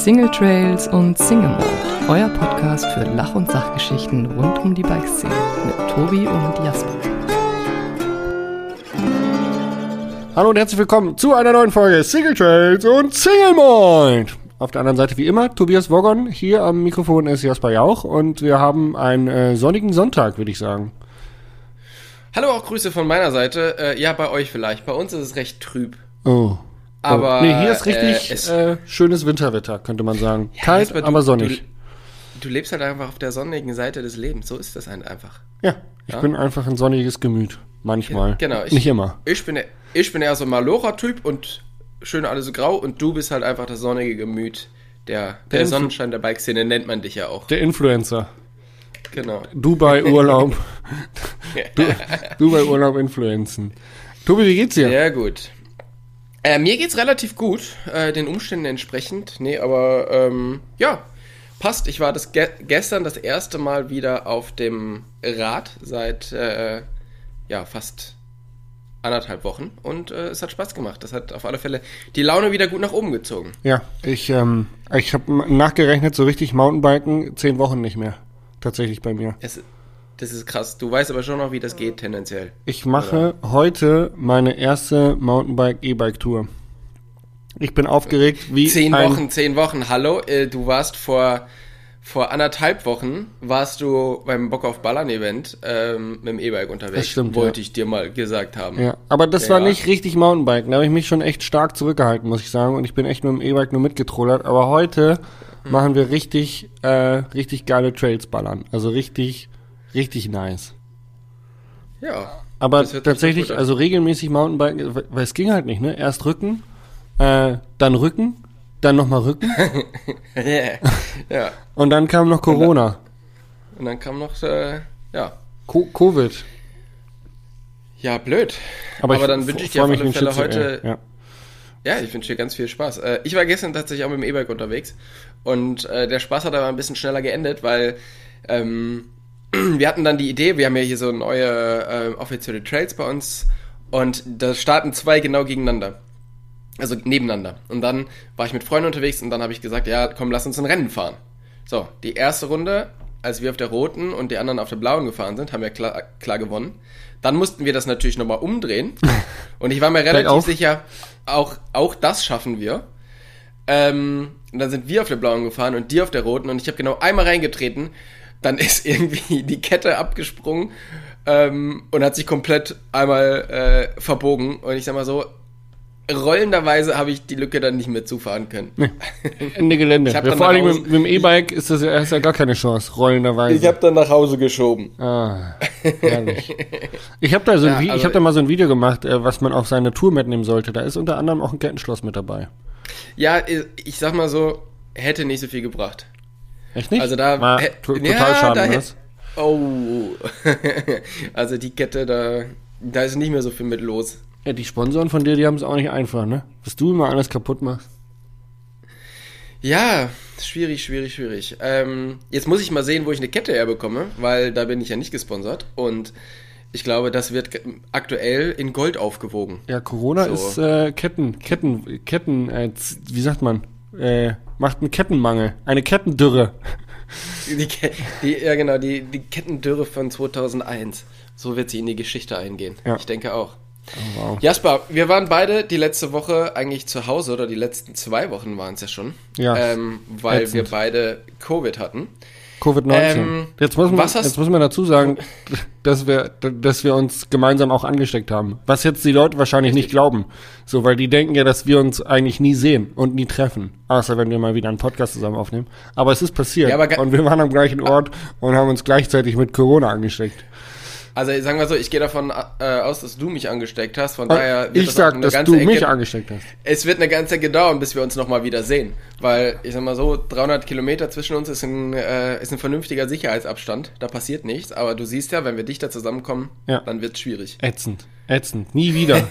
Single Trails und Single Mode, euer Podcast für Lach- und Sachgeschichten rund um die Bikeszene mit Tobi und Jasper. Hallo und herzlich willkommen zu einer neuen Folge Single Trails und Single Mode. Auf der anderen Seite wie immer Tobias Woggon, hier am Mikrofon ist Jasper Jauch und wir haben einen sonnigen Sonntag, würde ich sagen. Hallo, auch Grüße von meiner Seite. Ja, bei euch vielleicht. Bei uns ist es recht trüb. Oh. Aber nee, hier ist richtig schönes Winterwetter, könnte man sagen. Ja, Kalt, Jasper, aber sonnig. Du lebst halt einfach auf der sonnigen Seite des Lebens. So ist das halt einfach. Ja, ich bin einfach ein sonniges Gemüt. Manchmal. Genau. Nicht immer. Ich bin eher so ein Malocher-Typ und schön alles grau und du bist halt einfach das sonnige Gemüt. Der Sonnenschein der Bikeszene nennt man dich ja auch. Der Influencer. Genau. Dubai-Urlaub. Dubai-Urlaub influenzen. Tobi, wie geht's dir? Sehr gut. Mir geht's relativ gut, den Umständen entsprechend. Nee, aber ja, passt. Ich war gestern das erste Mal wieder auf dem Rad seit fast 1,5 Wochen und es hat Spaß gemacht. Das hat auf alle Fälle die Laune wieder gut nach oben gezogen. Ja, ich habe nachgerechnet, so richtig Mountainbiken 10 Wochen nicht mehr. Tatsächlich bei mir. Das ist krass. Du weißt aber schon noch, wie das geht tendenziell. Ich mache heute meine erste Mountainbike-E-Bike-Tour. Ich bin aufgeregt wie 10 Wochen. Hallo, du warst vor 1,5 Wochen warst du beim Bock auf Ballern-Event mit dem E-Bike unterwegs. Das stimmt, wollte ich dir mal gesagt haben. Ja, aber das war nicht richtig Mountainbiken. Da habe ich mich schon echt stark zurückgehalten, muss ich sagen. Und ich bin echt mit dem E-Bike nur mitgetrollert. Aber heute machen wir richtig geile Trails ballern. Also richtig nice. Ja. Aber tatsächlich, also regelmäßig Mountainbiken, weil es ging halt nicht, ne? Erst Rücken, dann Rücken, dann nochmal Rücken. Ja. Und dann kam noch Corona. Und dann kam noch, Covid. Ja, blöd. Aber dann wünsche ich dir auf alle Fälle heute... Ja, ich wünsche dir ganz viel Spaß. Ich war gestern tatsächlich auch mit dem E-Bike unterwegs und der Spaß hat aber ein bisschen schneller geendet, weil wir hatten dann die Idee, wir haben ja hier so neue offizielle Trails bei uns und da starten 2 genau gegeneinander. Also nebeneinander. Und dann war ich mit Freunden unterwegs und dann habe ich gesagt, ja komm, lass uns ein Rennen fahren. So, die erste Runde, als wir auf der roten und die anderen auf der blauen gefahren sind, haben wir klar gewonnen. Dann mussten wir das natürlich nochmal umdrehen. Und ich war mir relativ sicher, auch das schaffen wir. Und dann sind wir auf der blauen gefahren und die auf der roten. Und ich habe genau einmal reingetreten. Dann ist irgendwie die Kette abgesprungen und hat sich komplett einmal verbogen. Und ich sag mal so, rollenderweise habe ich die Lücke dann nicht mehr zufahren können. Nee. Ende Gelände. Vor allem mit dem E-Bike ist das ja gar keine Chance, rollenderweise. Ich habe dann nach Hause geschoben. Ah, herrlich. Ich habe da mal so ein Video gemacht, was man auf seine Tour mitnehmen sollte. Da ist unter anderem auch ein Kettenschloss mit dabei. Ja, ich sag mal so, hätte nicht so viel gebracht. Echt nicht? Also da war total schade, was? Oh. Also die Kette, da ist nicht mehr so viel mit los. Ja, die Sponsoren von dir, die haben es auch nicht einfach, ne? Was du immer alles kaputt machst. Ja, schwierig. Jetzt muss ich mal sehen, wo ich eine Kette herbekomme, weil da bin ich ja nicht gesponsert und ich glaube, das wird aktuell in Gold aufgewogen. Ja, Corona ist Ketten, wie sagt man? Macht einen Kettenmangel, eine Kettendürre. Die Kettendürre von 2001. So wird sie in die Geschichte eingehen. Ja. Ich denke auch. Oh, wow. Jasper, wir waren beide die letzte Woche eigentlich zu Hause, oder die letzten 2 Wochen waren es ja schon, weil wir beide Covid hatten. Covid-19. Jetzt muss man dazu sagen, dass wir uns gemeinsam auch angesteckt haben. Was jetzt die Leute wahrscheinlich nicht glauben. So, weil die denken ja, dass wir uns eigentlich nie sehen und nie treffen. Außer wenn wir mal wieder einen Podcast zusammen aufnehmen. Aber es ist passiert. Ja, und wir waren am gleichen Ort und haben uns gleichzeitig mit Corona angesteckt. Also sagen wir so, ich gehe davon aus, dass du mich angesteckt hast. Von daher wird dass du mich angesteckt hast. Es wird eine ganze Ecke dauern, bis wir uns nochmal wieder sehen. Weil, ich sag mal so, 300 Kilometer zwischen uns ist ein vernünftiger Sicherheitsabstand. Da passiert nichts. Aber du siehst ja, wenn wir dichter zusammenkommen, dann wird's schwierig. Ätzend. Nie wieder.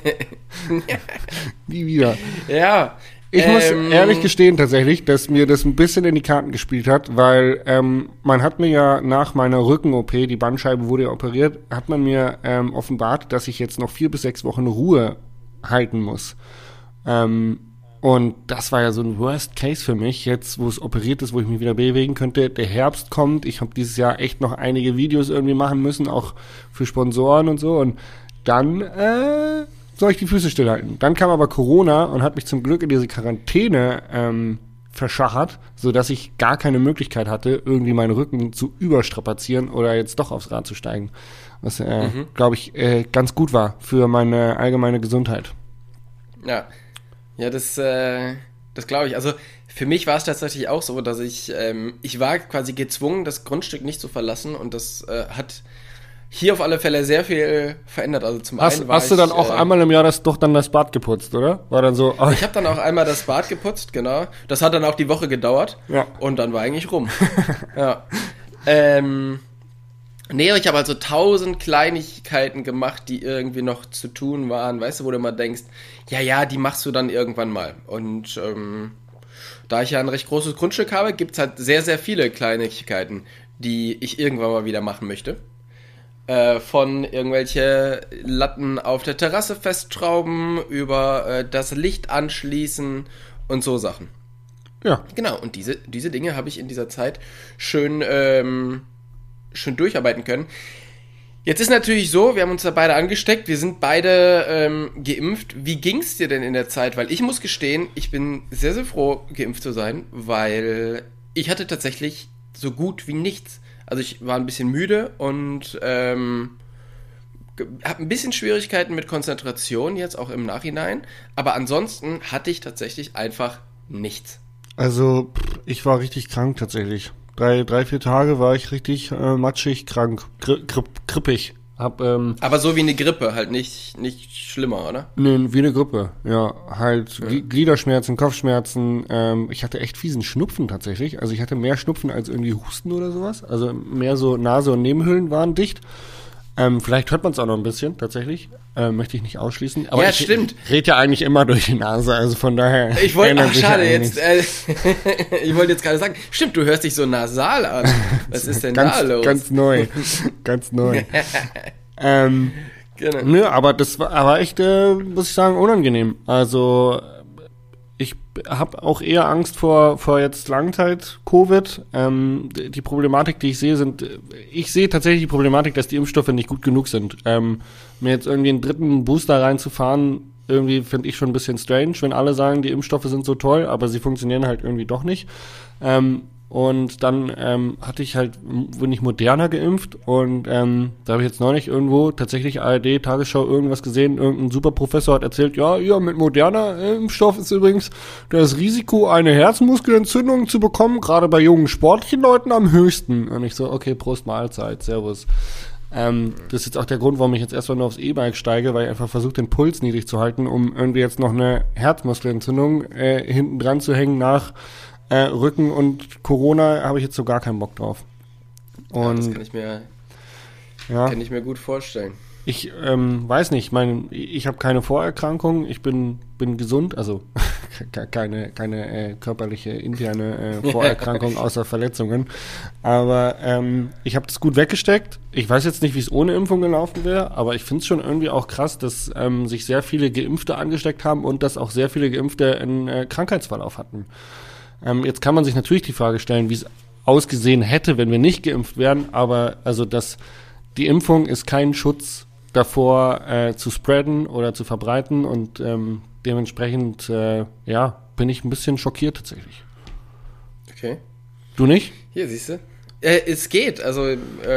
Nie wieder. Ja. Ich muss ehrlich gestehen tatsächlich, dass mir das ein bisschen in die Karten gespielt hat, weil man hat mir ja nach meiner Rücken-OP, die Bandscheibe wurde ja operiert, hat man mir offenbart, dass ich jetzt noch 4 bis 6 Wochen Ruhe halten muss. Und das war ja so ein Worst Case für mich, jetzt wo es operiert ist, wo ich mich wieder bewegen könnte. Der Herbst kommt, ich habe dieses Jahr echt noch einige Videos irgendwie machen müssen, auch für Sponsoren und so. Und dann soll ich die Füße stillhalten. Dann kam aber Corona und hat mich zum Glück in diese Quarantäne verschachert, sodass ich gar keine Möglichkeit hatte, irgendwie meinen Rücken zu überstrapazieren oder jetzt doch aufs Rad zu steigen. Was, glaube ich, ganz gut war für meine allgemeine Gesundheit. Ja, das glaube ich. Also für mich war es tatsächlich auch so, dass ich war quasi gezwungen, das Grundstück nicht zu verlassen und das hat hier auf alle Fälle sehr viel verändert. Also zum einen hast du dann auch einmal im Jahr das Bad geputzt, oder? War dann so. Ich habe dann auch einmal das Bad geputzt, genau. Das hat dann auch die Woche gedauert. Ja. Und dann war eigentlich rum. Ja. Nee, ich habe also 1000 Kleinigkeiten gemacht, die irgendwie noch zu tun waren, weißt du, wo du immer denkst, ja, die machst du dann irgendwann mal. Und da ich ja ein recht großes Grundstück habe, gibt's halt sehr, sehr viele Kleinigkeiten, die ich irgendwann mal wieder machen möchte. Von irgendwelche Latten auf der Terrasse festschrauben, über das Licht anschließen und so Sachen. Ja. Genau, und diese Dinge habe ich in dieser Zeit schön durcharbeiten können. Jetzt ist natürlich so, wir haben uns da beide angesteckt, wir sind beide geimpft. Wie ging's dir denn in der Zeit? Weil ich muss gestehen, ich bin sehr, sehr froh, geimpft zu sein, weil ich hatte tatsächlich so gut wie nichts. Also ich war ein bisschen müde und habe ein bisschen Schwierigkeiten mit Konzentration jetzt auch im Nachhinein, aber ansonsten hatte ich tatsächlich einfach nichts. Also ich war richtig krank tatsächlich. 3-4 Tage war ich richtig matschig, krank, krippig. Aber so wie eine Grippe, halt nicht schlimmer, oder? Nee, wie eine Grippe, ja. Halt ja. Gliederschmerzen, Kopfschmerzen. Ich hatte echt fiesen Schnupfen tatsächlich. Also ich hatte mehr Schnupfen als irgendwie Husten oder sowas. Also mehr so Nase und Nebenhöhlen waren dicht. Vielleicht hört man es auch noch ein bisschen, tatsächlich. Möchte ich nicht ausschließen. Aber ja, stimmt. Ich rede ja eigentlich immer durch die Nase, also von daher. Ich wollte jetzt gerade sagen, stimmt, du hörst dich so nasal an. Was ist denn da los? Ganz neu. Ganz neu. Genau. Nö, aber das war echt, muss ich sagen, unangenehm. Also ich habe auch eher Angst vor jetzt Langzeit-Covid. Die Problematik, die ich sehe tatsächlich die Problematik, dass die Impfstoffe nicht gut genug sind. Mir jetzt irgendwie einen dritten Booster reinzufahren, irgendwie finde ich schon ein bisschen strange, wenn alle sagen, die Impfstoffe sind so toll, aber sie funktionieren halt irgendwie doch nicht. Und dann bin ich Moderna geimpft und da habe ich jetzt neulich irgendwo tatsächlich ARD, Tagesschau irgendwas gesehen, irgendein Superprofessor hat erzählt, ja, mit Moderna-Impfstoff ist übrigens das Risiko, eine Herzmuskelentzündung zu bekommen, gerade bei jungen sportlichen Leuten am höchsten. Und ich so, okay, Prost Mahlzeit, Servus. Das ist jetzt auch der Grund, warum ich jetzt erstmal nur aufs E-Bike steige, weil ich einfach versuche, den Puls niedrig zu halten, um irgendwie jetzt noch eine Herzmuskelentzündung hinten dran zu hängen nach Rücken und Corona habe ich jetzt so gar keinen Bock drauf. Und das kann ich mir gut vorstellen. Ich weiß nicht, ich habe keine Vorerkrankung, ich bin gesund, also keine körperliche interne Vorerkrankung außer Verletzungen, aber ich habe das gut weggesteckt. Ich weiß jetzt nicht, wie es ohne Impfung gelaufen wäre, aber ich finde es schon irgendwie auch krass, dass sich sehr viele Geimpfte angesteckt haben und dass auch sehr viele Geimpfte einen Krankheitsverlauf hatten. Jetzt kann man sich natürlich die Frage stellen, wie es ausgesehen hätte, wenn wir nicht geimpft wären, aber also die Impfung ist kein Schutz davor zu spreaden oder zu verbreiten und dementsprechend bin ich ein bisschen schockiert tatsächlich. Okay. Du nicht? Hier, siehst du. Es geht, also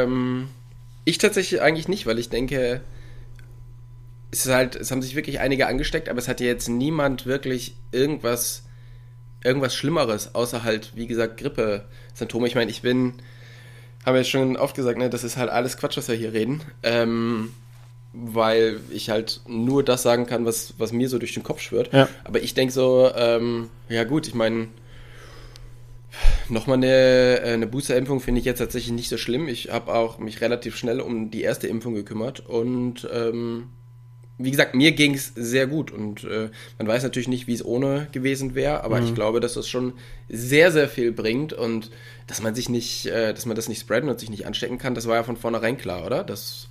ich tatsächlich eigentlich nicht, weil ich denke, es haben sich wirklich einige angesteckt, aber es hat ja jetzt niemand wirklich irgendwas Schlimmeres, außer halt, wie gesagt, Grippe-Symptome. Ich meine, haben wir schon oft gesagt, ne, das ist halt alles Quatsch, was wir hier reden, weil ich halt nur das sagen kann, was mir so durch den Kopf schwirrt. Ja. Aber ich denke so, ja gut, ich meine, nochmal eine Booster-Impfung finde ich jetzt tatsächlich nicht so schlimm. Ich habe auch mich relativ schnell um die erste Impfung gekümmert und wie gesagt, mir ging es sehr gut und man weiß natürlich nicht, wie es ohne gewesen wäre, aber ich glaube, dass das schon sehr, sehr viel bringt und dass man das nicht spreaden und sich nicht anstecken kann, das war ja von vornherein klar, oder? Dass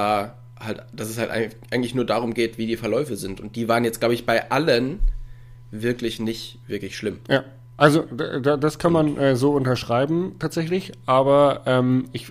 es halt eigentlich nur darum geht, wie die Verläufe sind und die waren jetzt, glaube ich, bei allen wirklich nicht wirklich schlimm. Ja, also das kann man so unterschreiben tatsächlich, aber ich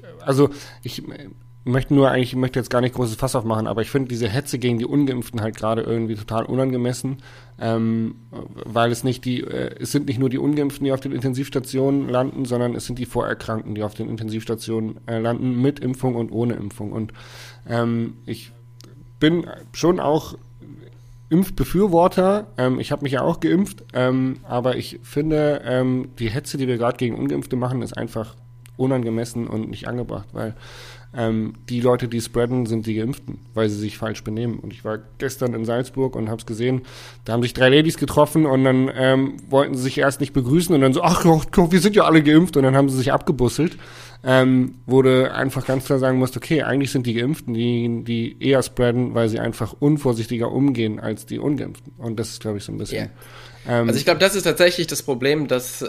möchte jetzt gar nicht großes Fass aufmachen, aber ich finde diese Hetze gegen die Ungeimpften halt gerade irgendwie total unangemessen, weil es sind nicht nur die Ungeimpften, die auf den Intensivstationen landen, sondern es sind die Vorerkrankten, die auf den Intensivstationen landen, mit Impfung und ohne Impfung. Und ich bin schon auch Impfbefürworter. Ich habe mich ja auch geimpft, aber ich finde, die Hetze, die wir gerade gegen Ungeimpfte machen, ist einfach unangemessen und nicht angebracht, weil die Leute, die spreaden, sind die Geimpften, weil sie sich falsch benehmen. Und ich war gestern in Salzburg und habe es gesehen, da haben sich 3 Ladies getroffen und dann wollten sie sich erst nicht begrüßen und dann so, ach Gott, wir sind ja alle geimpft, und dann haben sie sich abgebusselt. Wo du einfach ganz klar sagen musst, okay, eigentlich sind die Geimpften, die eher spreaden, weil sie einfach unvorsichtiger umgehen als die Ungeimpften. Und das ist, glaube ich, so ein bisschen... Yeah. Also ich glaube, das ist tatsächlich das Problem, dass,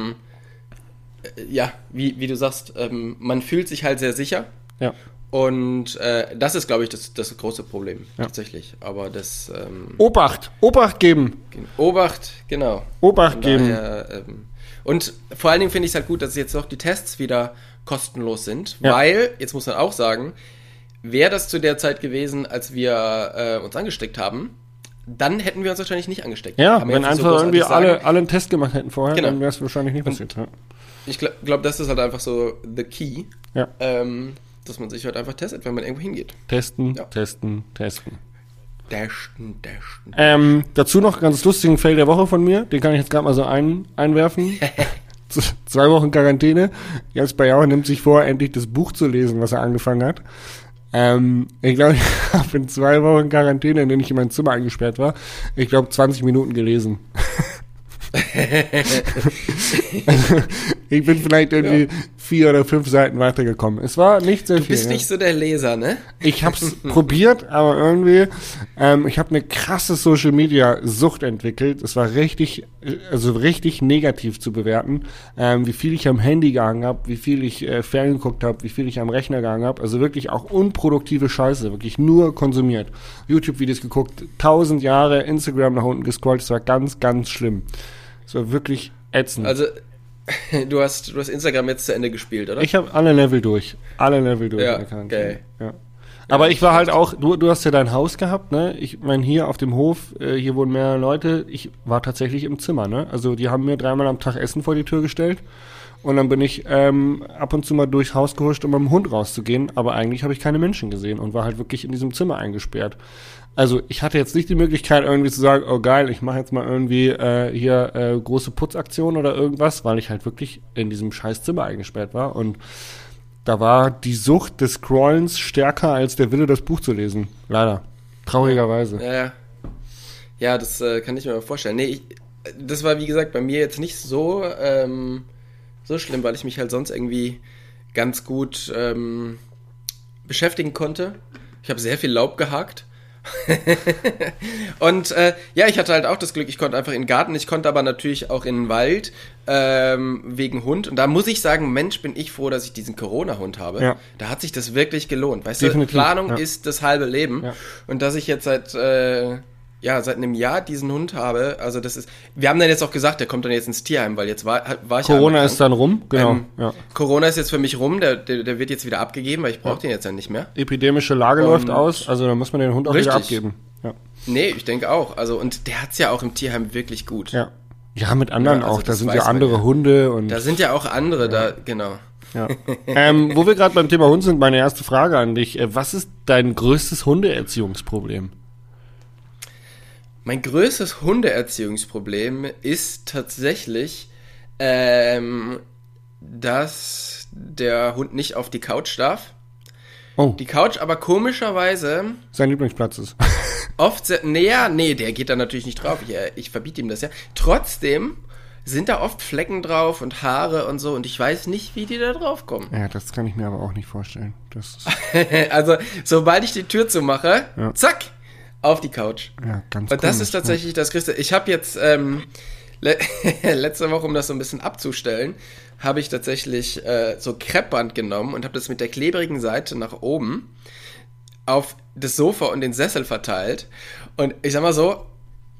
wie du sagst, man fühlt sich halt sehr sicher. Ja. Und das ist, glaube ich, das große Problem, tatsächlich. Aber das... Obacht geben. Obacht, genau. Obacht geben. Daher, und vor allen Dingen finde ich es halt gut, dass jetzt noch die Tests wieder kostenlos sind, weil, jetzt muss man auch sagen, wäre das zu der Zeit gewesen, als wir uns angesteckt haben, dann hätten wir uns wahrscheinlich nicht angesteckt. Ja, wenn einfach so irgendwie alle einen Test gemacht hätten vorher, genau, dann wäre es wahrscheinlich nicht passiert. Ja. Ich glaube, das ist halt einfach so the key, ja. Dass man sich halt einfach testet, wenn man irgendwo hingeht. Testen. Dazu noch ganz lustigen Fail der Woche von mir, den kann ich jetzt gerade mal so einwerfen. 2 Wochen Quarantäne. Jasper Jauch nimmt sich vor, endlich das Buch zu lesen, was er angefangen hat. Ich glaube, ich habe in 2 Wochen Quarantäne, in denen ich in mein Zimmer eingesperrt war, 20 Minuten gelesen. Ich bin vielleicht irgendwie 4 oder 5 Seiten weitergekommen. Es war nicht sehr viel. Du bist nicht so der Leser, ne? Ich hab's probiert, aber irgendwie, ich habe eine krasse Social-Media-Sucht entwickelt. Es war richtig negativ zu bewerten, wie viel ich am Handy gehangen habe, wie viel ich ferngeguckt habe, wie viel ich am Rechner gehangen habe. Also wirklich auch unproduktive Scheiße, wirklich nur konsumiert. YouTube-Videos geguckt, 1000 Jahre Instagram nach unten gescrollt. Es war ganz, ganz schlimm. Es war wirklich ätzend. Also, du hast Instagram jetzt zu Ende gespielt, oder? Ich habe alle Level durch. Ja, geil. Ja. Aber ich war halt auch, du hast ja dein Haus gehabt, ne? Ich meine, hier auf dem Hof, hier wohnen mehrere Leute. Ich war tatsächlich im Zimmer, ne? Also, die haben mir 3-mal am Tag Essen vor die Tür gestellt. Und dann bin ich ab und zu mal durchs Haus gehuscht, um mit dem Hund rauszugehen. Aber eigentlich habe ich keine Menschen gesehen und war halt wirklich in diesem Zimmer eingesperrt. Also ich hatte jetzt nicht die Möglichkeit irgendwie zu sagen, oh geil, ich mache jetzt mal irgendwie große Putzaktion oder irgendwas, weil ich halt wirklich in diesem scheiß Zimmer eingesperrt war. Und da war die Sucht des Scrollens stärker als der Wille, das Buch zu lesen. Leider. Traurigerweise. Ja, das kann ich mir mal vorstellen. Nee, das war wie gesagt bei mir jetzt nicht so schlimm, weil ich mich halt sonst irgendwie ganz gut beschäftigen konnte. Ich habe sehr viel Laub gehakt. Und ich hatte halt auch das Glück, ich konnte einfach in den Garten, ich konnte aber natürlich auch in den Wald wegen Hund. Und da muss ich sagen, Mensch, bin ich froh, dass ich diesen Corona-Hund habe. Ja. Da hat sich das wirklich gelohnt. Weißt Definitiv, du, Planung ist das halbe Leben. Ja. Und dass ich jetzt seit einem Jahr diesen Hund habe, also das ist, wir haben dann jetzt auch gesagt, der kommt dann jetzt ins Tierheim, weil jetzt war ich Corona ist dann rum, genau. Corona ist jetzt für mich rum, der wird jetzt wieder abgegeben, weil ich brauche den jetzt dann nicht mehr. Epidemische Lage läuft aus, also dann muss man den Hund auch wieder abgeben. Ja. Nee, ich denke auch, also und der hat's ja auch im Tierheim wirklich gut. Ja, mit anderen auch, da sind ja andere Hunde und... Da sind ja auch andere, da, genau. Ja. Wo wir gerade beim Thema Hund sind, meine erste Frage an dich, was ist dein größtes Hundeerziehungsproblem? Mein größtes Hundeerziehungsproblem ist tatsächlich, dass der Hund nicht auf die Couch darf. Oh. Die Couch aber komischerweise... Sein Lieblingsplatz ist. Oft, der geht da natürlich nicht drauf. Ich verbiete ihm das ja. Trotzdem sind da oft Flecken drauf und Haare und so und ich weiß nicht, wie die da drauf kommen. Ja, das kann ich mir aber auch nicht vorstellen. Also, sobald ich die Tür zumache, zack! Auf die Couch. Ja, ganz und das ist tatsächlich das Größte. Ich habe jetzt letzte Woche, um das so ein bisschen abzustellen, habe ich tatsächlich so Kreppband genommen und habe das mit der klebrigen Seite nach oben auf das Sofa und den Sessel verteilt. Und ich sag mal so,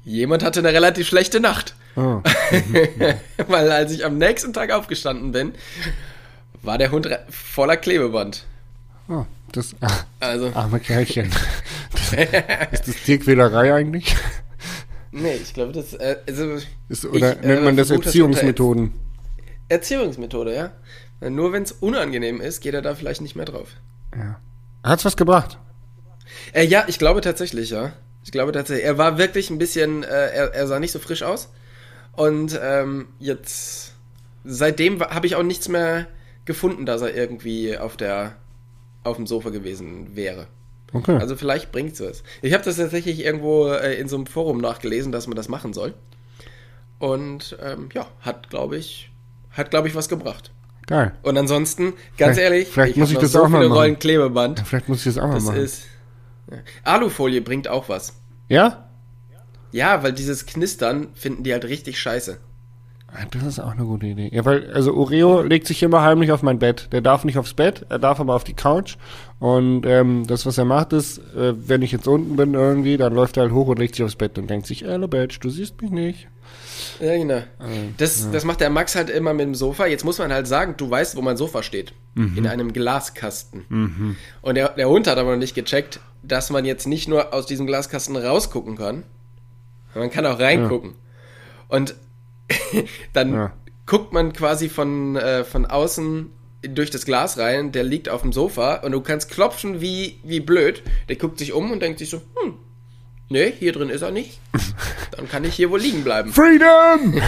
Jemand hatte eine relativ schlechte Nacht. Oh. Weil als ich am nächsten Tag aufgestanden bin, war der Hund voller Klebeband. Oh, das arme Kerlchen. Ist das Tierquälerei eigentlich? Nee, ich glaube, das nennt man das Erziehungsmethoden? Erziehungsmethode, ja. Nur wenn es unangenehm ist, geht er da vielleicht nicht mehr drauf. Ja. Hat's was gebracht? Ja, ich glaube tatsächlich, ja. Er war wirklich ein bisschen, er sah nicht so frisch aus. Und jetzt, seitdem habe ich auch nichts mehr gefunden, dass er irgendwie auf dem Sofa gewesen wäre. Okay. Also vielleicht bringt es was. Ich habe das tatsächlich irgendwo in so einem Forum nachgelesen, dass man das machen soll. Und hat, glaube ich, was gebracht. Geil. Und ansonsten, ganz ehrlich, vielleicht muss ich das so auch mal viele machen. Rollen Klebeband. Ja, vielleicht muss ich das auch mal machen. Alufolie bringt auch was. Ja? Ja, weil dieses Knistern finden die halt richtig scheiße. Das ist auch eine gute Idee. Ja, weil, also Oreo legt sich immer heimlich auf mein Bett. Der darf nicht aufs Bett, er darf aber auf die Couch. Und das, was er macht, ist, wenn ich jetzt unten bin irgendwie, dann läuft er halt hoch und legt sich aufs Bett und denkt sich, hello Badge, du siehst mich nicht. Ja, genau. Das macht der Max halt immer mit dem Sofa. Jetzt muss man halt sagen, du weißt, wo mein Sofa steht. In einem Glaskasten. Und der Hund hat aber noch nicht gecheckt, dass man jetzt nicht nur aus diesem Glaskasten rausgucken kann, man kann auch reingucken. Ja. Und dann guckt man quasi von außen durch das Glas rein, der liegt auf dem Sofa und du kannst klopfen wie blöd. Der guckt sich um und denkt sich so, nee, hier drin ist er nicht. Dann kann ich hier wohl liegen bleiben. Freedom!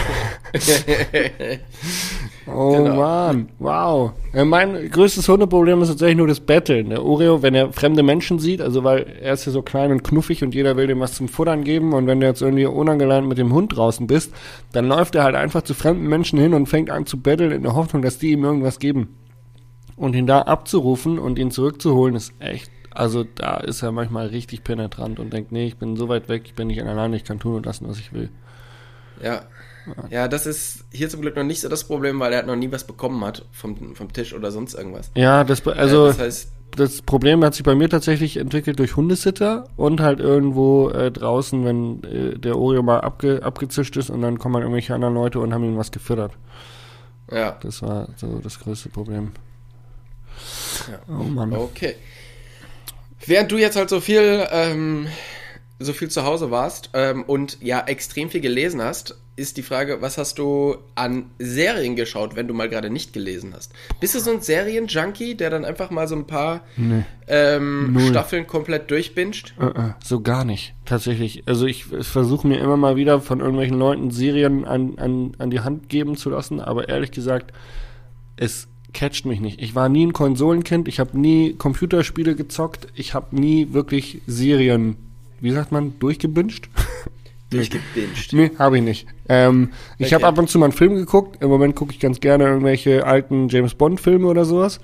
Oh Genau. Mann, wow. Mein größtes Hundeproblem ist tatsächlich nur das Betteln. Der Oreo, wenn er fremde Menschen sieht, also weil er ist ja so klein und knuffig und jeder will dem was zum Futtern geben und wenn du jetzt irgendwie unangeleint mit dem Hund draußen bist, dann läuft er halt einfach zu fremden Menschen hin und fängt an zu betteln in der Hoffnung, dass die ihm irgendwas geben. Und ihn da abzurufen und ihn zurückzuholen ist echt, also da ist er manchmal richtig penetrant und denkt, nee, ich bin so weit weg, ich bin nicht alleine, ich kann tun und lassen, was ich will. Ja, das ist hier zum Glück noch nicht so das Problem, weil er noch nie was bekommen hat vom Tisch oder sonst irgendwas. Ja, das heißt, das Problem hat sich bei mir tatsächlich entwickelt durch Hundesitter und halt irgendwo draußen, wenn der Oreo mal abgezischt ist und dann kommen halt irgendwelche anderen Leute und haben ihm was gefüttert. Ja. Das war so das größte Problem. Ja. Oh Mann. Okay. Während du jetzt halt so viel zu Hause warst und ja extrem viel gelesen hast, ist die Frage, was hast du an Serien geschaut, wenn du mal gerade nicht gelesen hast? Bist du so ein Serien-Junkie, der dann einfach mal so ein paar Staffeln komplett durchbinscht? So gar nicht, tatsächlich. Also ich versuche mir immer mal wieder von irgendwelchen Leuten Serien an die Hand geben zu lassen, aber ehrlich gesagt, es catcht mich nicht. Ich war nie ein Konsolenkind, ich habe nie Computerspiele gezockt, ich habe nie wirklich Serien, wie sagt man, durchgebinged? Durchgebinged. Nee, habe ich nicht. Ich habe ab und zu mal einen Film geguckt. Im Moment gucke ich ganz gerne irgendwelche alten James-Bond-Filme oder sowas.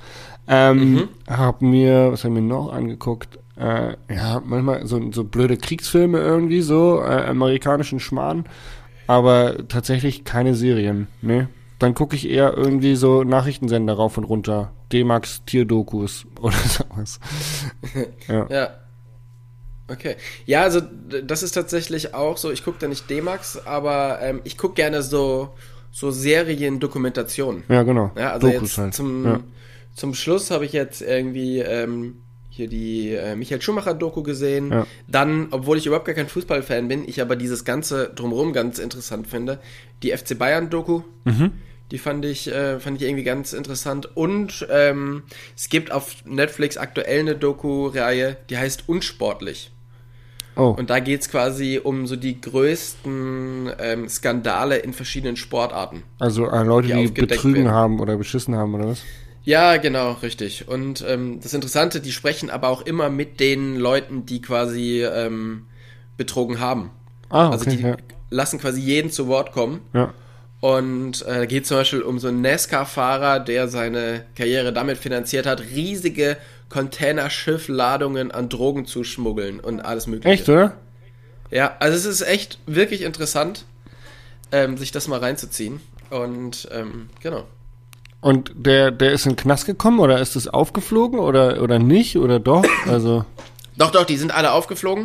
Hab mir, was haben wir noch angeguckt? Manchmal so blöde Kriegsfilme irgendwie, so amerikanischen Schmarrn. Aber tatsächlich keine Serien, ne? Dann gucke ich eher irgendwie so Nachrichtensender rauf und runter. D-Max Tierdokus oder sowas. Ja. Okay. Ja, also das ist tatsächlich auch so, ich gucke da nicht D-Max, aber ich gucke gerne so Serien-Dokumentationen. Ja, genau. Ja, also Dokus jetzt halt. zum Schluss habe ich jetzt irgendwie hier die Michael Schumacher-Doku gesehen. Ja. Dann, obwohl ich überhaupt gar kein Fußballfan bin, ich aber dieses Ganze drumherum ganz interessant finde, die FC Bayern-Doku. Die fand ich irgendwie ganz interessant. Und es gibt auf Netflix aktuell eine Doku-Reihe, die heißt Unsportlich. Oh. Und da geht's quasi um so die größten Skandale in verschiedenen Sportarten. Also Leute, die betrügen werden. haben oder beschissen haben, oder was? Ja, genau, richtig. Und das Interessante, die sprechen aber auch immer mit den Leuten, die quasi betrogen haben. Ah, okay, also die lassen quasi jeden zu Wort kommen. Ja. Und da geht zum Beispiel um so einen NASCAR-Fahrer, der seine Karriere damit finanziert hat, riesige Containerschiffladungen an Drogen zu schmuggeln und alles mögliche. Echt, oder? Ja, also es ist echt wirklich interessant, sich das mal reinzuziehen. Und genau. Und der ist in den Knast gekommen oder ist das aufgeflogen oder nicht oder doch? Also Doch, die sind alle aufgeflogen.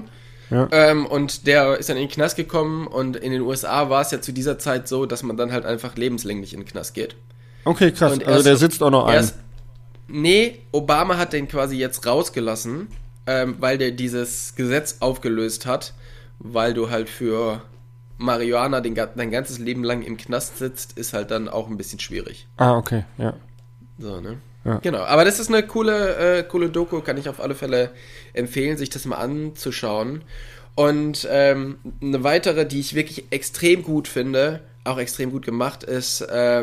Ja. Und der ist dann in den Knast gekommen und in den USA war es ja zu dieser Zeit so, dass man dann halt einfach lebenslänglich in den Knast geht. Okay, krass. Und also der sitzt auch noch ein. Nee, Obama hat den quasi jetzt rausgelassen, weil der dieses Gesetz aufgelöst hat, weil du halt für Marihuana dein ganzes Leben lang im Knast sitzt, ist halt dann auch ein bisschen schwierig. Ah, okay, ja. So, ne? Ja. Genau, aber das ist eine coole Doku, kann ich auf alle Fälle empfehlen, sich das mal anzuschauen. Und eine weitere, die ich wirklich extrem gut finde, auch extrem gut gemacht, ist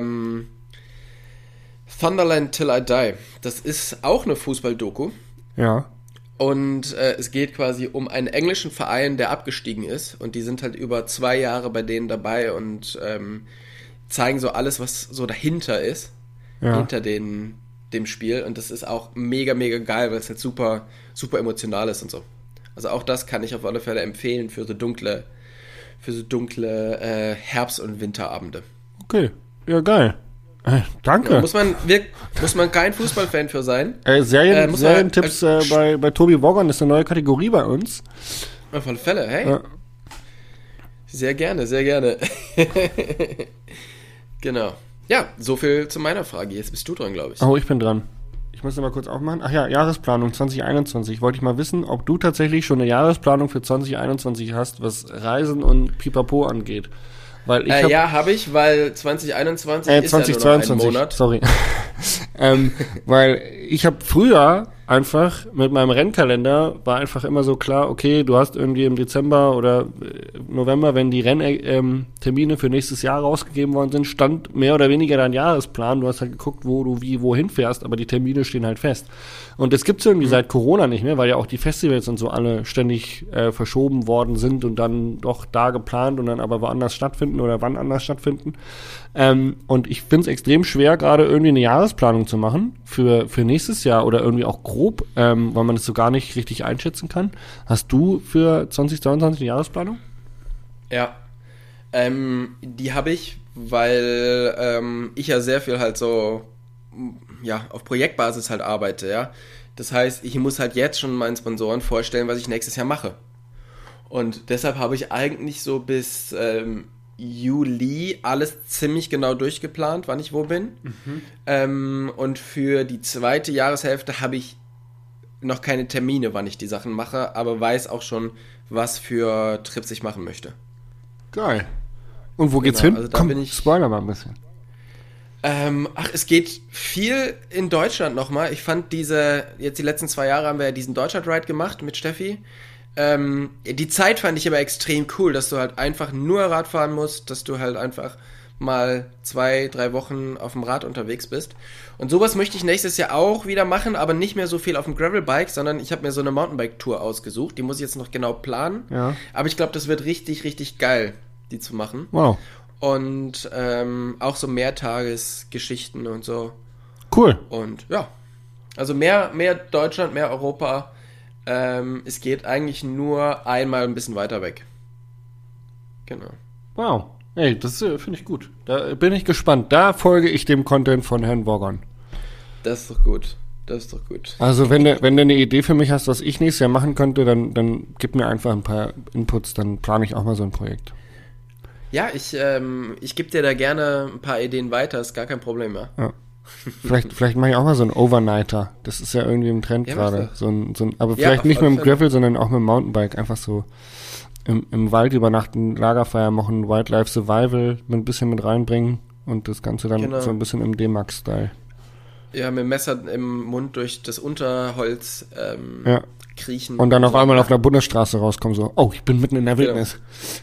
Thunderland Till I Die. Das ist auch eine Fußball-Doku. Ja. Und es geht quasi um einen englischen Verein, der abgestiegen ist. Und die sind halt über 2 Jahre bei denen dabei und zeigen so alles, was so dahinter ist. Ja. Hinter dem Spiel. Und das ist auch mega, mega geil, weil es halt super, super emotional ist und so. Also auch das kann ich auf alle Fälle empfehlen für so dunkle Herbst- und Winterabende. Okay, ja geil. Danke. Ja, muss man kein Fußballfan für sein. Serientipps bei Tobi Wogon ist eine neue Kategorie bei uns. Auf alle Fälle, hey. Ja. Sehr gerne, sehr gerne. Genau. Ja, so viel zu meiner Frage. Jetzt bist du dran, glaube ich. Oh, ich bin dran. Ich muss mal kurz aufmachen. Ach ja, Jahresplanung 2021. Wollte ich mal wissen, ob du tatsächlich schon eine Jahresplanung für 2021 hast, was Reisen und Pipapo angeht. Weil ich habe ich, weil 2021 ist ja nur noch ein Monat. Sorry. Weil ich habe früher einfach mit meinem Rennkalender war einfach immer so klar, okay, du hast irgendwie im Dezember oder November, wenn die Renntermine für nächstes Jahr rausgegeben worden sind, stand mehr oder weniger dein Jahresplan. Du hast halt geguckt, wo du wohin fährst, aber die Termine stehen halt fest. Und das gibt's irgendwie seit Corona nicht mehr, weil ja auch die Festivals und so alle ständig verschoben worden sind und dann doch da geplant und dann aber woanders stattfinden oder wann anders stattfinden. Und ich finde es extrem schwer, gerade irgendwie eine Jahresplanung zu machen für nächstes Jahr oder irgendwie auch grob, weil man das so gar nicht richtig einschätzen kann. Hast du für 2022 eine Jahresplanung? Ja, die habe ich, weil ich ja sehr viel halt so auf Projektbasis halt arbeite, ja. Das heißt, ich muss halt jetzt schon meinen Sponsoren vorstellen, was ich nächstes Jahr mache. Und deshalb habe ich eigentlich so bis Juli alles ziemlich genau durchgeplant, wann ich wo bin. Und für die zweite Jahreshälfte habe ich noch keine Termine, wann ich die Sachen mache, aber weiß auch schon, was für Trips ich machen möchte. Geil. Und wo geht's hin? Also komm, spoiler mal ein bisschen. Es geht viel in Deutschland nochmal. Ich fand jetzt die letzten 2 Jahre haben wir ja diesen Deutschland-Ride gemacht mit Steffi. Die Zeit fand ich aber extrem cool, dass du halt einfach nur Rad fahren musst, dass du halt einfach mal 2-3 Wochen auf dem Rad unterwegs bist. Und sowas möchte ich nächstes Jahr auch wieder machen, aber nicht mehr so viel auf dem Gravelbike, sondern ich habe mir so eine Mountainbike-Tour ausgesucht. Die muss ich jetzt noch genau planen. Ja. Aber ich glaube, das wird richtig, richtig geil, die zu machen. Wow. Und auch so Mehrtagesgeschichten und so. Cool. Und ja, also mehr Deutschland, mehr Europa. Es geht eigentlich nur einmal ein bisschen weiter weg. Genau. Wow. Ey, das finde ich gut. Da bin ich gespannt. Da folge ich dem Content von Herrn Wogon. Das ist doch gut. Also wenn du eine Idee für mich hast, was ich nächstes Jahr machen könnte, dann gib mir einfach ein paar Inputs, dann plane ich auch mal so ein Projekt. Ja, ich gebe dir da gerne ein paar Ideen weiter, ist gar kein Problem mehr. Ja. Vielleicht mache ich auch mal so einen Overnighter. Das ist ja irgendwie im Trend gerade. Aber vielleicht nicht mit dem Gravel, sondern auch mit dem Mountainbike. Einfach so im Wald übernachten, Lagerfeuer machen, Wildlife Survival ein bisschen mit reinbringen und das Ganze dann so ein bisschen im D-Max-Style. Ja, mit dem Messer im Mund durch das Unterholz kriechen. Und dann auf einmal auf einer Bundesstraße rauskommen, so, oh, ich bin mitten in der Wildnis.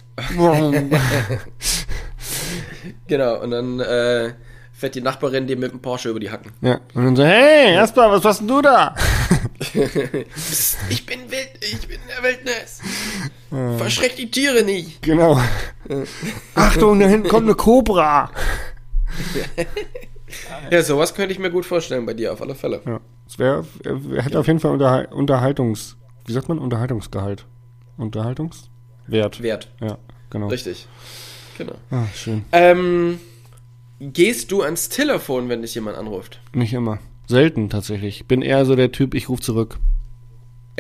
Genau, und dann fährt die Nachbarin dir mit dem Porsche über die Hacken. Ja, und dann so, hey, Jasper, was machst denn du da? Psst, ich bin in der Wildnis. Verschreck die Tiere nicht. Genau. Achtung, da hinten kommt eine Kobra. Ja, sowas könnte ich mir gut vorstellen bei dir, auf alle Fälle. Ja, es hätte auf jeden Fall wie sagt man, Unterhaltungsgehalt? Wert. Ja, genau. Richtig. Genau. Ah, schön. Gehst du ans Telefon, wenn dich jemand anruft? Nicht immer. Selten tatsächlich. Ich bin eher so der Typ, ich rufe zurück. Ja,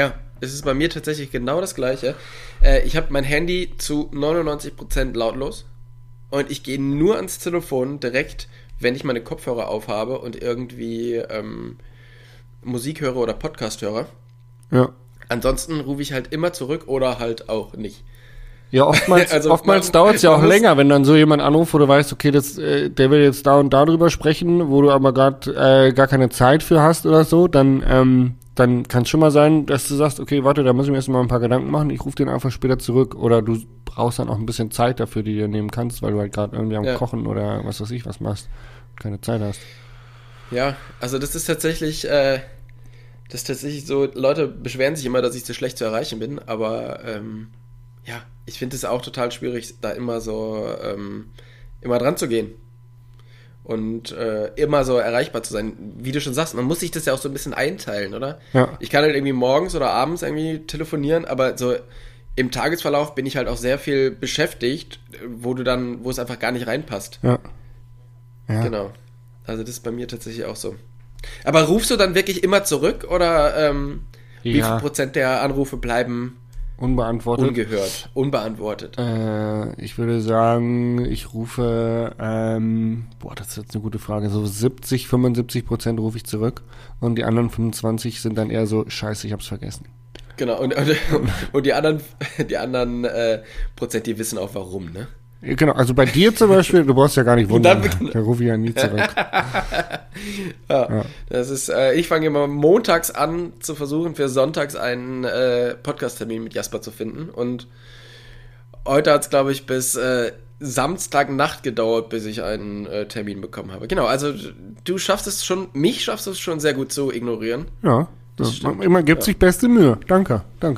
Es ist bei mir tatsächlich genau das Gleiche. Ich habe mein Handy zu 99% lautlos und ich gehe nur ans Telefon direkt, wenn ich meine Kopfhörer aufhabe und irgendwie Musik höre oder Podcast höre. Ja. Ansonsten rufe ich halt immer zurück oder halt auch nicht. Ja, oftmals dauert es ja auch länger, wenn dann so jemand anruft, wo du weißt, okay, der will jetzt da und da drüber sprechen, wo du aber gerade gar keine Zeit für hast oder so, dann kann es schon mal sein, dass du sagst, okay, warte, da muss ich mir erst mal ein paar Gedanken machen, ich rufe den einfach später zurück. Oder du brauchst dann auch ein bisschen Zeit dafür, die du dir nehmen kannst, weil du halt gerade irgendwie am Kochen oder was weiß ich was machst, keine Zeit hast. Ja, also das ist tatsächlich so, Leute beschweren sich immer, dass ich so schlecht zu erreichen bin, aber ja, ich finde es auch total schwierig, da immer so immer dran zu gehen und immer so erreichbar zu sein. Wie du schon sagst, man muss sich das ja auch so ein bisschen einteilen, oder? Ja. Ich kann halt irgendwie morgens oder abends irgendwie telefonieren, aber so im Tagesverlauf bin ich halt auch sehr viel beschäftigt, wo es einfach gar nicht reinpasst. Ja. Genau. Also das ist bei mir tatsächlich auch so. Aber rufst du dann wirklich immer zurück oder wie viel Prozent der Anrufe bleiben unbeantwortet? Unbeantwortet. Ich würde sagen, ich rufe, das ist jetzt eine gute Frage, so 75% rufe ich zurück und die anderen 25 sind dann eher so, scheiße, ich hab's vergessen. Genau, und die anderen Prozent, die wissen auch warum, ne? Genau, also bei dir zum Beispiel, du brauchst ja gar nicht wundern, da rufe ich ja nie zurück. Ja. Das ist, ich fange immer montags an zu versuchen, für sonntags einen Podcast-Termin mit Jasper zu finden und heute hat es, glaube ich, bis Samstagnacht gedauert, bis ich einen Termin bekommen habe. Genau, also mich schaffst du es schon sehr gut zu ignorieren. Ja. Man gibt sich beste Mühe. Danke.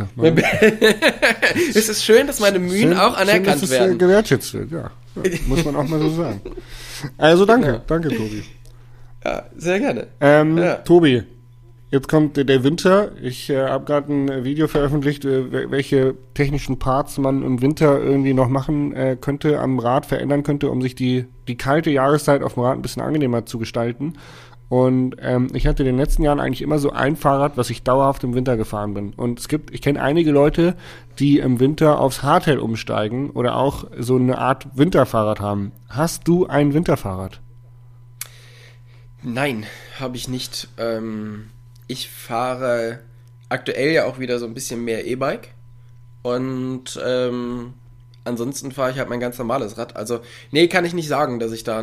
Es ist schön, dass meine Mühen auch anerkannt werden. Dass gewertschätzt wird, ja. Muss man auch mal so sagen. Also danke Tobi. Ja, sehr gerne. Tobi, jetzt kommt der Winter. Ich habe gerade ein Video veröffentlicht, welche technischen Parts man im Winter irgendwie noch machen könnte, am Rad verändern könnte, um sich die kalte Jahreszeit auf dem Rad ein bisschen angenehmer zu gestalten. Und ich hatte in den letzten Jahren eigentlich immer so ein Fahrrad, was ich dauerhaft im Winter gefahren bin. Und ich kenne einige Leute, die im Winter aufs Hardtail umsteigen oder auch so eine Art Winterfahrrad haben. Hast du ein Winterfahrrad? Nein, habe ich nicht. Ich fahre aktuell ja auch wieder so ein bisschen mehr E-Bike. Und ansonsten fahre ich halt mein ganz normales Rad. Also, nee, kann ich nicht sagen, dass ich da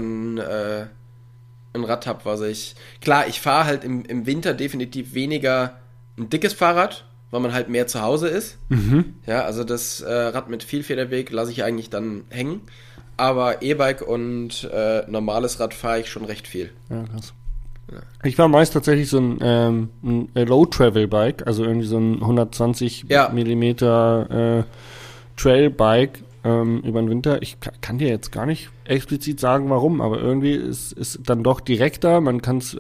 ein Rad habe, klar, ich fahre halt im Winter definitiv weniger ein dickes Fahrrad, weil man halt mehr zu Hause ist. Mhm. Ja, also das Rad mit Vielfederweg lasse ich eigentlich dann hängen, aber E-Bike und normales Rad fahre ich schon recht viel. Ja, krass. Ja. Ich war meist tatsächlich so ein Low-Travel-Bike, also irgendwie so ein 120 Millimeter Trail-Bike, über den Winter. Ich kann dir jetzt gar nicht explizit sagen, warum, aber irgendwie ist dann doch direkter, man kann es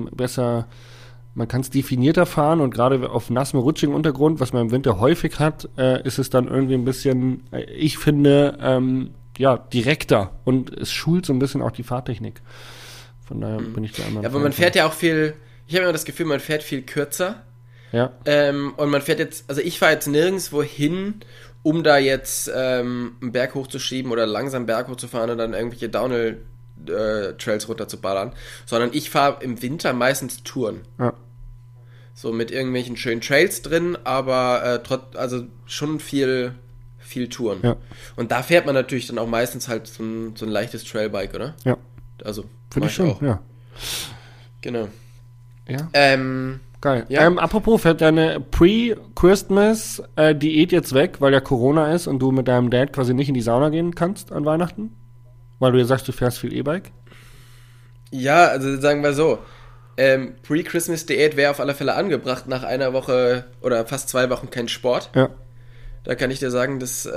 definierter fahren und gerade auf nassem, rutschigem Untergrund, was man im Winter häufig hat, ist es dann irgendwie ein bisschen, ich finde, direkter und es schult so ein bisschen auch die Fahrtechnik. Von daher bin ich der andere. Ja, aber man fährt ja auch viel, ich habe immer das Gefühl, man fährt viel kürzer. Ja. Und man fährt jetzt, also ich fahre jetzt nirgendwo hin, um da jetzt einen Berg hochzuschieben oder langsam Berg hochzufahren und dann irgendwelche Downhill-Trails runterzuballern, sondern ich fahre im Winter meistens Touren. Ja. So mit irgendwelchen schönen Trails drin, aber also schon viel Touren. Ja. Und da fährt man natürlich dann auch meistens halt so ein leichtes Trailbike, oder? Ja. Also finde ich schon, auch. Ja. Genau. Ja. Geil. Ja. Apropos, fällt deine Pre-Christmas-Diät jetzt weg, weil ja Corona ist und du mit deinem Dad quasi nicht in die Sauna gehen kannst an Weihnachten? Weil du ja sagst, du fährst viel E-Bike? Ja, also sagen wir so, Pre-Christmas-Diät wäre auf alle Fälle angebracht nach einer Woche oder fast 2 Wochen kein Sport. Ja. Da kann ich dir sagen, das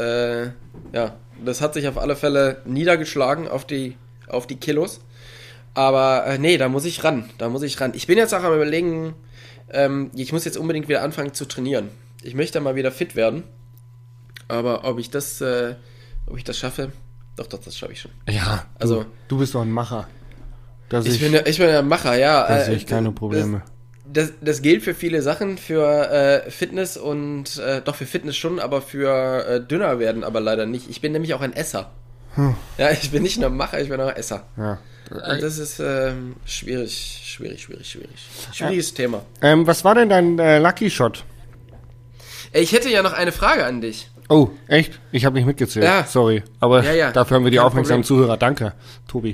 hat sich auf alle Fälle niedergeschlagen auf die Kilos. Aber nee, da muss ich ran. Ich bin jetzt auch am Überlegen, ich muss jetzt unbedingt wieder anfangen zu trainieren. Ich möchte mal wieder fit werden. Aber ob ich das schaffe, doch, das schaffe ich schon. Ja, du bist doch ein Macher. Ich bin ja ein Macher, ja. Da sehe ich keine Probleme. Das gilt für viele Sachen, für Fitness und doch für Fitness schon, aber für dünner werden aber leider nicht. Ich bin nämlich auch ein Esser. Ja, ich bin nicht nur Macher, ich bin auch Esser. Ja. Und das ist schwierig. Schwieriges Thema. Was war denn dein Lucky Shot? Ich hätte ja noch eine Frage an dich. Oh, echt? Ich habe nicht mitgezählt. Ja. Sorry. Aber dafür haben wir die aufmerksamen Zuhörer. Danke, Tobi.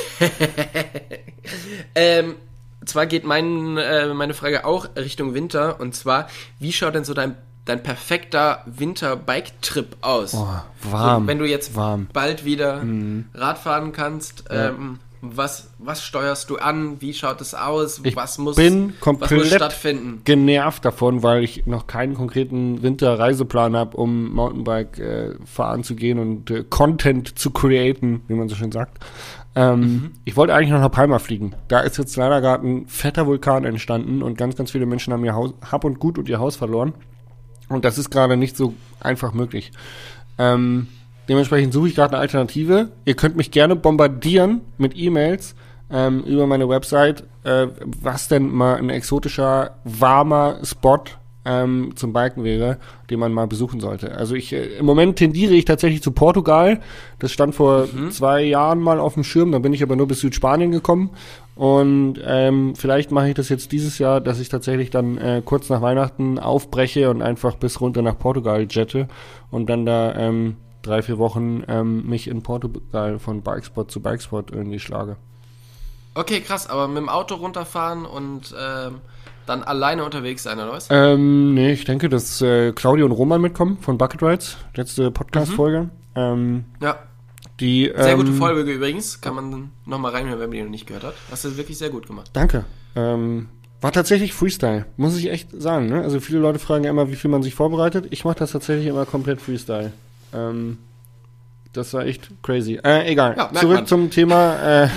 Zwar geht meine Frage auch Richtung Winter. Und zwar, wie schaut denn so dein perfekter Winter-Bike-Trip aus? Oh, warm. So, wenn du jetzt bald wieder Radfahren kannst, was steuerst du an? Wie schaut es aus? Was muss stattfinden? Genervt davon, weil ich noch keinen konkreten Winterreiseplan habe, um Mountainbike fahren zu gehen und Content zu createn, wie man so schön sagt. Ich wollte eigentlich noch nach Palma fliegen. Da ist jetzt leider gerade ein fetter Vulkan entstanden und ganz, ganz viele Menschen haben ihr Hab und Gut und ihr Haus verloren. Und das ist gerade nicht so einfach möglich. Dementsprechend suche ich gerade eine Alternative. Ihr könnt mich gerne bombardieren mit E-Mails über meine Website, was denn mal ein exotischer, warmer Spot zum Biken wäre, den man mal besuchen sollte. Also im Moment tendiere ich tatsächlich zu Portugal. Das stand vor 2 Jahren mal auf dem Schirm, da bin ich aber nur bis Südspanien gekommen. Und vielleicht mache ich das jetzt dieses Jahr, dass ich tatsächlich dann kurz nach Weihnachten aufbreche und einfach bis runter nach Portugal jette und dann da 3-4 Wochen mich in Portugal von Bikespot zu Bikespot irgendwie schlage. Okay, krass, aber mit dem Auto runterfahren und dann alleine unterwegs sein, oder was? Nee, ich denke, dass Claudio und Roman mitkommen von Bucket Rides, letzte Podcast-Folge. Ja. Die, sehr gute Folge übrigens, kann man nochmal reinhören, wenn man die noch nicht gehört hat. Hast du wirklich sehr gut gemacht. Danke. War tatsächlich Freestyle, muss ich echt sagen. Ne? Also viele Leute fragen ja immer, wie viel man sich vorbereitet. Ich mache das tatsächlich immer komplett Freestyle. Das war echt crazy. Egal. Ja, zurück zum Thema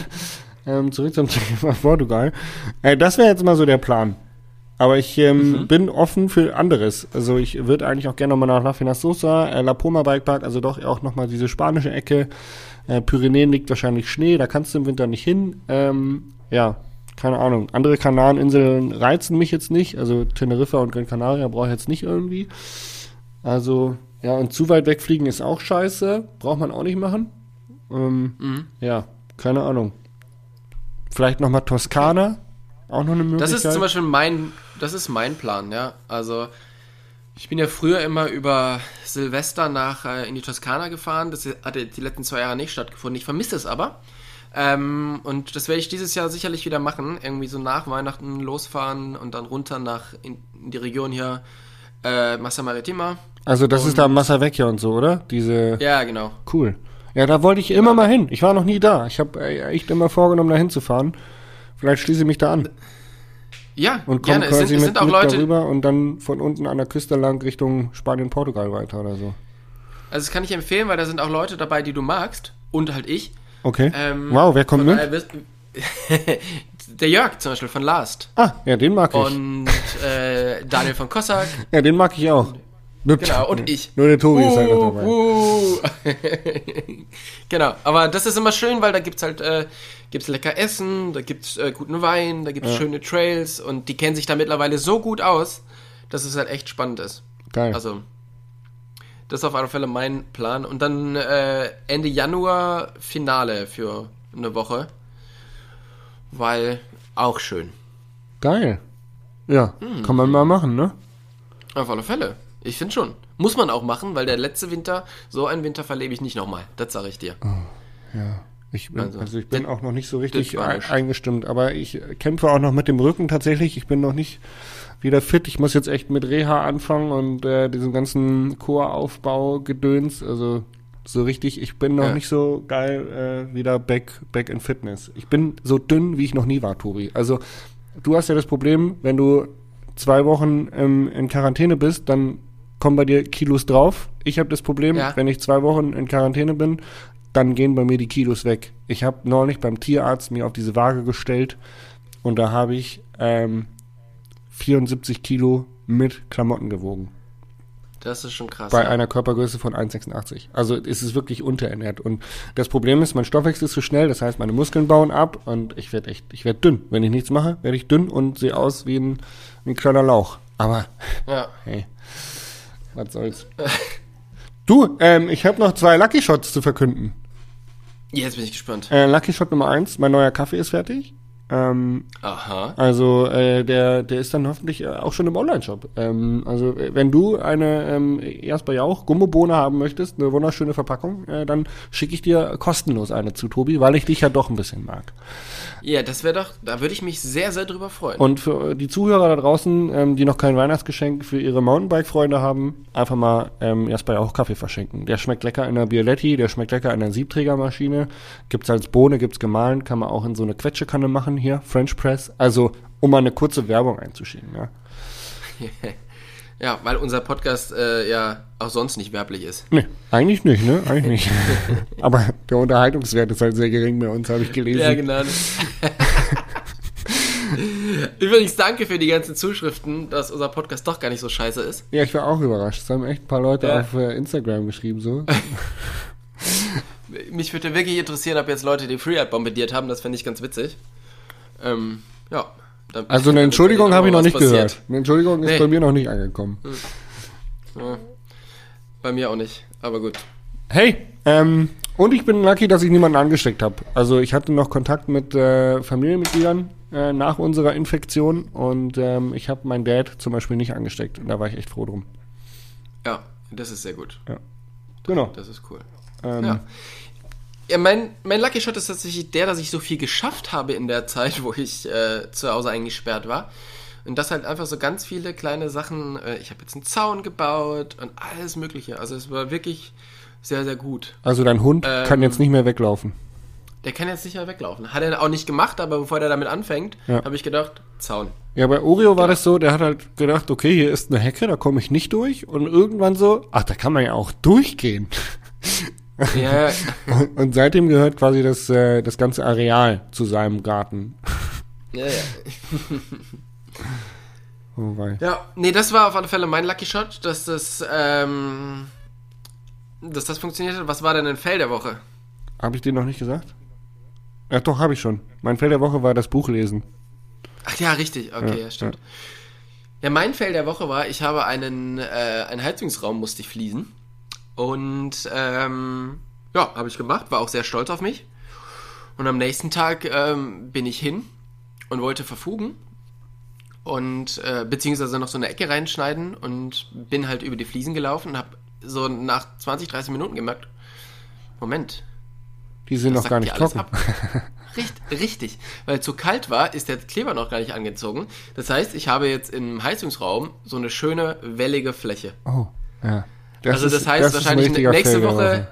Portugal. Das wäre jetzt mal so der Plan. Aber ich bin offen für anderes. Also ich würde eigentlich auch gerne nochmal nach La Fenassosa, La Poma Bikepark, also doch auch nochmal diese spanische Ecke. Pyrenäen liegt wahrscheinlich Schnee, da kannst du im Winter nicht hin. Ja, keine Ahnung. Andere Kanareninseln reizen mich jetzt nicht. Also Teneriffa und Gran Canaria brauche ich jetzt nicht irgendwie. Also, ja, und zu weit wegfliegen ist auch scheiße. Braucht man auch nicht machen. Ja, keine Ahnung. Vielleicht nochmal Toskana. Auch noch eine Möglichkeit. Das ist zum Beispiel mein Plan, ja. Also, ich bin ja früher immer über Silvester in die Toskana gefahren. Das hatte die letzten 2 Jahre nicht stattgefunden. Ich vermisse es aber. Und das werde ich dieses Jahr sicherlich wieder machen. Irgendwie so nach Weihnachten losfahren und dann runter in die Region hier, Massa Marittima. Also das ist da Massa Vecchia und so, oder? Ja, genau. Cool. Ja, da wollte ich immer mal hin. Ich war noch nie da. Ich habe echt immer vorgenommen, da hinzufahren. Vielleicht schließe ich mich da an. Ja, und komme quasi mit darüber und dann von unten an der Küste lang Richtung Spanien, Portugal weiter oder so. Also das kann ich empfehlen, weil da sind auch Leute dabei, die du magst. Und halt ich. Okay. Wow, wer kommt mit? Der Jörg zum Beispiel von Last. Ah, ja, den mag ich. Und Daniel von Kossak. Ja, den mag ich auch. Genau, und ich. Nur der Tobi ist halt noch dabei. Genau, aber das ist immer schön, weil da gibt's halt gibt's lecker Essen, da gibt's guten Wein, da gibt's schöne Trails und die kennen sich da mittlerweile so gut aus, dass es halt echt spannend ist. Geil. Also, das ist auf alle Fälle mein Plan. Und dann Ende Januar Finale für eine Woche, weil auch schön. Geil. Ja, kann man mal machen, ne? Auf alle Fälle. Ich finde schon. Muss man auch machen, weil der letzte Winter, so einen Winter verlebe ich nicht nochmal. Das sage ich dir. Oh, ja. Ich bin auch noch nicht so richtig eingestimmt, aber ich kämpfe auch noch mit dem Rücken tatsächlich. Ich bin noch nicht wieder fit. Ich muss jetzt echt mit Reha anfangen und diesen ganzen Choraufbau-Gedöns. Also so richtig, ich bin noch nicht so geil wieder back in Fitness. Ich bin so dünn, wie ich noch nie war, Tobi. Also du hast ja das Problem, wenn du 2 Wochen in Quarantäne bist, dann kommen bei dir Kilos drauf. Ich habe das Problem, wenn ich 2 Wochen in Quarantäne bin, dann gehen bei mir die Kilos weg. Ich habe neulich beim Tierarzt mir auf diese Waage gestellt und da habe ich 74 Kilo mit Klamotten gewogen. Das ist schon krass. Bei einer Körpergröße von 1,86. Also ist es wirklich unterernährt. Und das Problem ist, mein Stoffwechsel ist zu schnell, das heißt, meine Muskeln bauen ab und ich werde dünn. Wenn ich nichts mache, werde ich dünn und sehe aus wie ein kleiner Lauch. Aber, hey, was soll's. Du, ich habe noch 2 Lucky Shots zu verkünden. Jetzt bin ich gespannt. Lucky Shot Nummer 1, mein neuer Kaffee ist fertig. Aha. Also der ist dann hoffentlich auch schon im Online-Shop. Also wenn du eine Jasper Jauch Gummobohne haben möchtest, eine wunderschöne Verpackung, dann schicke ich dir kostenlos eine zu, Tobi, weil ich dich ja doch ein bisschen mag. Ja, da würde ich mich sehr, sehr drüber freuen. Und für die Zuhörer da draußen, die noch kein Weihnachtsgeschenk für ihre Mountainbike-Freunde haben, einfach mal Jasper Jauch Kaffee verschenken. Der schmeckt lecker in einer Bioletti, der schmeckt lecker in einer Siebträgermaschine. Gibt's als Bohne, gibt's gemahlen, kann man auch in so eine Quetschekanne machen hier, French Press. Also, um mal eine kurze Werbung einzuschieben, ja. Ja, weil unser Podcast ja auch sonst nicht werblich ist. Nee, eigentlich nicht, ne? Eigentlich nicht. Aber der Unterhaltungswert ist halt sehr gering bei uns, habe ich gelesen. Ja, genau. Übrigens, danke für die ganzen Zuschriften, dass unser Podcast doch gar nicht so scheiße ist. Ja, ich war auch überrascht. Es haben echt ein paar Leute auf Instagram geschrieben, so. Mich würde wirklich interessieren, ob jetzt Leute die FreeAd bombardiert haben. Das fände ich ganz witzig. Ja. Also eine Entschuldigung habe ich noch nicht gehört. Eine Entschuldigung ist bei mir noch nicht angekommen. Ja, bei mir auch nicht, aber gut. Hey, und ich bin lucky, dass ich niemanden angesteckt habe. Also ich hatte noch Kontakt mit Familienmitgliedern nach unserer Infektion und ich habe meinen Dad zum Beispiel nicht angesteckt. Und da war ich echt froh drum. Ja, das ist sehr gut. Ja. Genau. Das ist cool. Ja, mein Lucky Shot ist tatsächlich der, dass ich so viel geschafft habe in der Zeit, wo ich zu Hause eingesperrt war. Und das halt einfach so ganz viele kleine Sachen. Ich habe jetzt einen Zaun gebaut und alles Mögliche. Also es war wirklich sehr, sehr gut. Also dein Hund kann jetzt nicht mehr weglaufen? Der kann jetzt nicht mehr weglaufen. Hat er auch nicht gemacht, aber bevor der damit anfängt, habe ich gedacht, Zaun. Ja, bei Oreo war das so, der hat halt gedacht, okay, hier ist eine Hecke, da komme ich nicht durch. Und irgendwann so, ach, da kann man ja auch durchgehen. Ja. Und seitdem gehört quasi das ganze Areal zu seinem Garten. Ja. Oh wei. Ja, nee, das war auf alle Fälle mein Lucky Shot, dass das funktioniert hat. Was war denn ein Fail der Woche? Habe ich dir noch nicht gesagt? Ja, doch, habe ich schon. Mein Fail der Woche war das Buch lesen. Ach ja, richtig. Okay, ja, stimmt. Ja, mein Fail der Woche war, ich habe einen Heizungsraum musste ich fließen. Und habe ich gemacht, war auch sehr stolz auf mich. Und am nächsten Tag bin ich hin und wollte verfugen und beziehungsweise noch so eine Ecke reinschneiden und bin halt über die Fliesen gelaufen und habe so nach 20, 30 Minuten gemerkt, Moment. Die sind noch gar nicht trocken. Richtig, weil es so kalt war, ist der Kleber noch gar nicht angezogen. Das heißt, ich habe jetzt im Heizungsraum so eine schöne, wellige Fläche. Oh, ja. Das heißt wahrscheinlich nächste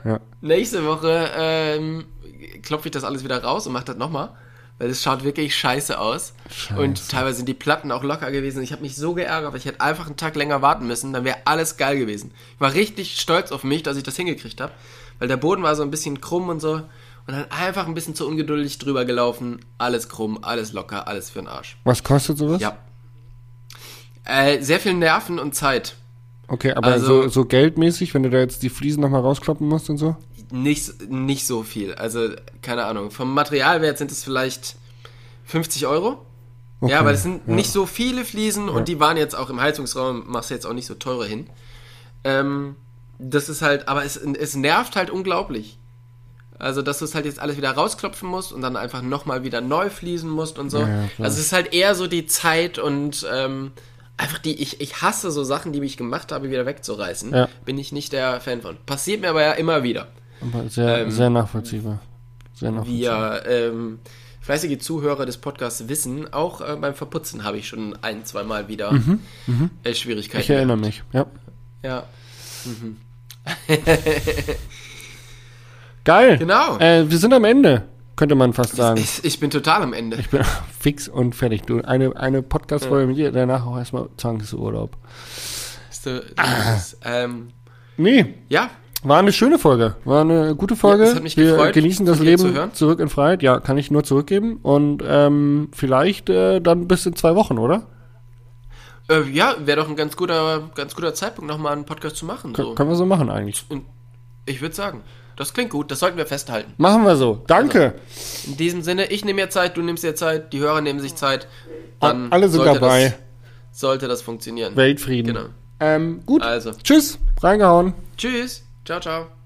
Woche klopfe ich das alles wieder raus und mache das nochmal, weil es schaut wirklich scheiße aus. Und teilweise sind die Platten auch locker gewesen. Ich habe mich so geärgert, weil ich hätte einfach einen Tag länger warten müssen, dann wäre alles geil gewesen. Ich war richtig stolz auf mich, dass ich das hingekriegt habe, weil der Boden war so ein bisschen krumm und so und dann einfach ein bisschen zu ungeduldig drüber gelaufen. Alles krumm, alles locker, alles für den Arsch. Was kostet sowas? Ja. Sehr viel Nerven und Zeit. Okay, aber also, so geldmäßig, wenn du da jetzt die Fliesen nochmal rauskloppen musst und so? Nicht so viel. Also, keine Ahnung. Vom Materialwert sind es vielleicht 50 €. Okay, ja, weil es sind nicht so viele Fliesen und die waren jetzt auch im Heizungsraum, machst du jetzt auch nicht so teure hin. Das ist halt, aber es nervt halt unglaublich. Also, dass du es halt jetzt alles wieder rausklopfen musst und dann einfach nochmal wieder neu fließen musst und so. Ja, also, es ist halt eher so die Zeit und einfach ich hasse so Sachen, die ich gemacht habe, wieder wegzureißen. Ja. Bin ich nicht der Fan von. Passiert mir aber ja immer wieder. Aber sehr nachvollziehbar. Wie fleißige Zuhörer des Podcasts wissen, auch beim Verputzen habe ich schon 1-2 Mal wieder Schwierigkeiten. Ich erinnere mich, ja. Ja. Geil. Genau. Wir sind am Ende, könnte man fast sagen. Ich bin total am Ende. Ich bin fix und fertig. Du, eine Podcast-Folge mit dir, danach auch erstmal Zwangsurlaub. Nee. Ja. War eine schöne Folge. War eine gute Folge. Ja, das hat mich gefreut, wir genießen das Leben zurück in Freiheit. Ja, kann ich nur zurückgeben. Und vielleicht dann bis in 2 Wochen, oder? Ja, wäre doch ein ganz guter Zeitpunkt, nochmal einen Podcast zu machen. So. Können wir so machen eigentlich. Ich würde sagen, das klingt gut, das sollten wir festhalten. Machen wir so, danke. Also, in diesem Sinne, ich nehme mir Zeit, du nimmst dir Zeit, die Hörer nehmen sich Zeit. Dann alle sind dabei. Sollte das funktionieren. Weltfrieden. Genau. Gut, also. Tschüss, reingehauen. Tschüss, ciao, ciao.